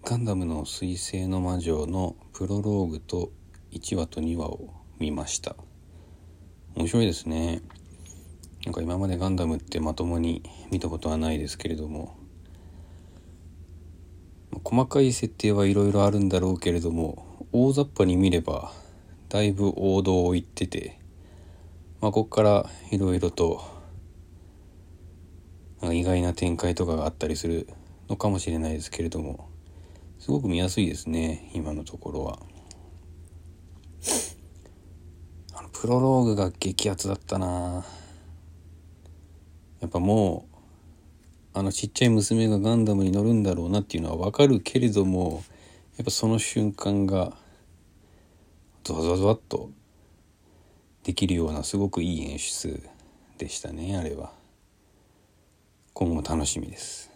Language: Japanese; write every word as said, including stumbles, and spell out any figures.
ガンダムの水星の魔女のプロローグといちわとにわを見ました。面白いですね。なんか今までガンダムってまともに見たことはないですけれども、細かい設定はいろいろあるんだろうけれども、大雑把に見ればだいぶ王道を言ってて、まあ、ここからいろいろとなんか意外な展開とかがあったりするのかもしれないですけれども、すごく見やすいですね、今のところは。あのプロローグが激アツだったな。やっぱもうあのちっちゃい娘がガンダムに乗るんだろうなっていうのはわかるけれども、やっぱその瞬間がゾワゾワゾワっとできるようなすごくいい演出でしたね。あれは今後も楽しみです。